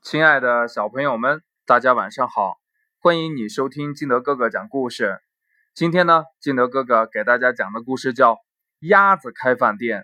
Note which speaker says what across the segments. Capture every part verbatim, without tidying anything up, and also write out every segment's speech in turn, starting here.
Speaker 1: 亲爱的小朋友们，大家晚上好，欢迎你收听金德哥哥讲故事。今天呢，金德哥哥给大家讲的故事叫《鸭子开饭店》。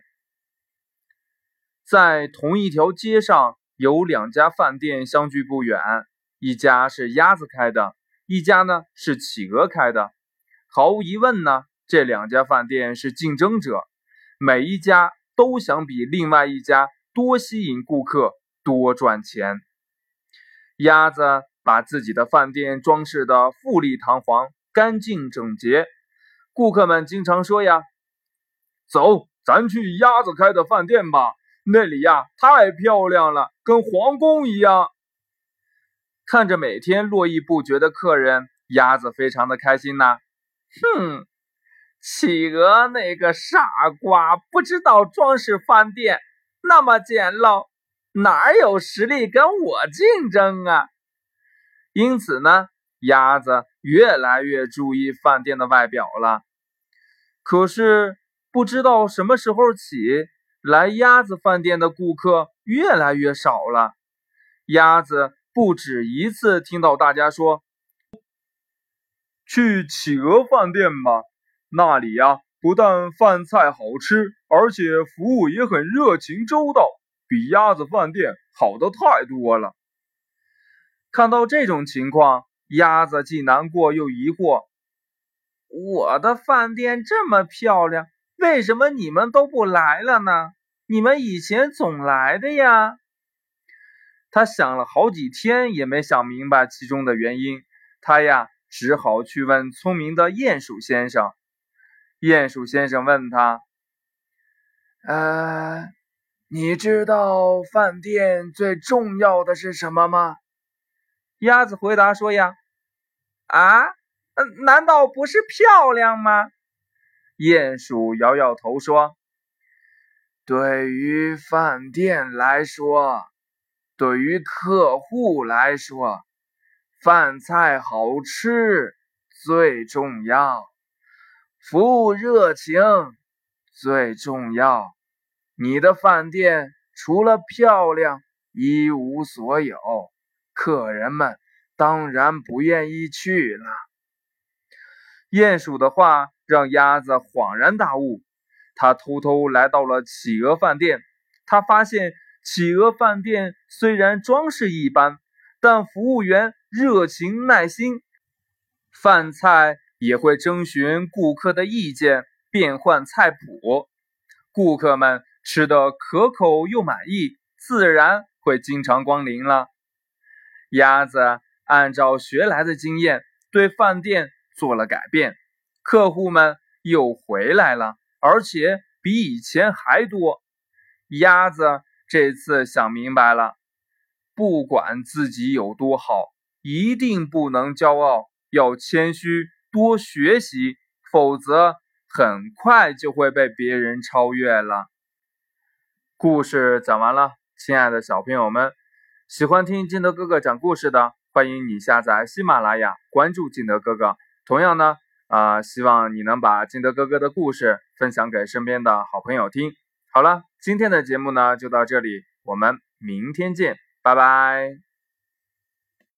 Speaker 1: 在同一条街上有两家饭店相距不远，一家是鸭子开的，一家呢是企鹅开的。毫无疑问呢，这两家饭店是竞争者，每一家都想比另外一家多吸引顾客，多赚钱。鸭子把自己的饭店装饰得富丽堂皇，干净整洁。顾客们经常说呀，走，咱去鸭子开的饭店吧，那里呀太漂亮了，跟皇宫一样。看着每天络绎不绝的客人，鸭子非常的开心呐。哼，企鹅那个傻瓜不知道装饰饭店那么简陋，哪有实力跟我竞争啊？因此呢，鸭子越来越注意饭店的外表了。可是不知道什么时候起，来鸭子饭店的顾客越来越少了。鸭子不止一次听到大家说，去企鹅饭店吧，那里呀，不但饭菜好吃，而且服务也很热情周到，比鸭子饭店好的太多了。看到这种情况，鸭子既难过又疑惑，我的饭店这么漂亮，为什么你们都不来了呢？你们以前总来的呀。他想了好几天也没想明白其中的原因，他呀只好去问聪明的鼹鼠先生。鼹鼠先生问他，呃，你知道饭店最重要的是什么吗？鸭子回答说呀，啊，难道不是漂亮吗？鼹鼠摇摇头说，对于饭店来说，对于客户来说，饭菜好吃最重要，服务热情最重要。你的饭店除了漂亮一无所有，客人们当然不愿意去了。鼹鼠的话让鸭子恍然大悟，他偷偷来到了企鹅饭店。他发现企鹅饭店虽然装饰一般，但服务员热情耐心，饭菜也会征询顾客的意见，变换菜谱。顾客们吃得可口又满意，自然会经常光临了。鸭子按照学来的经验，对饭店做了改变，客户们又回来了，而且比以前还多。鸭子这次想明白了，不管自己有多好，一定不能骄傲，要谦虚，多学习，否则很快就会被别人超越了。故事讲完了，亲爱的小朋友们，喜欢听金德哥哥讲故事的，欢迎你下载喜马拉雅，关注金德哥哥。同样呢，呃，希望你能把金德哥哥的故事分享给身边的好朋友听。好了，今天的节目呢就到这里，我们明天见，拜拜。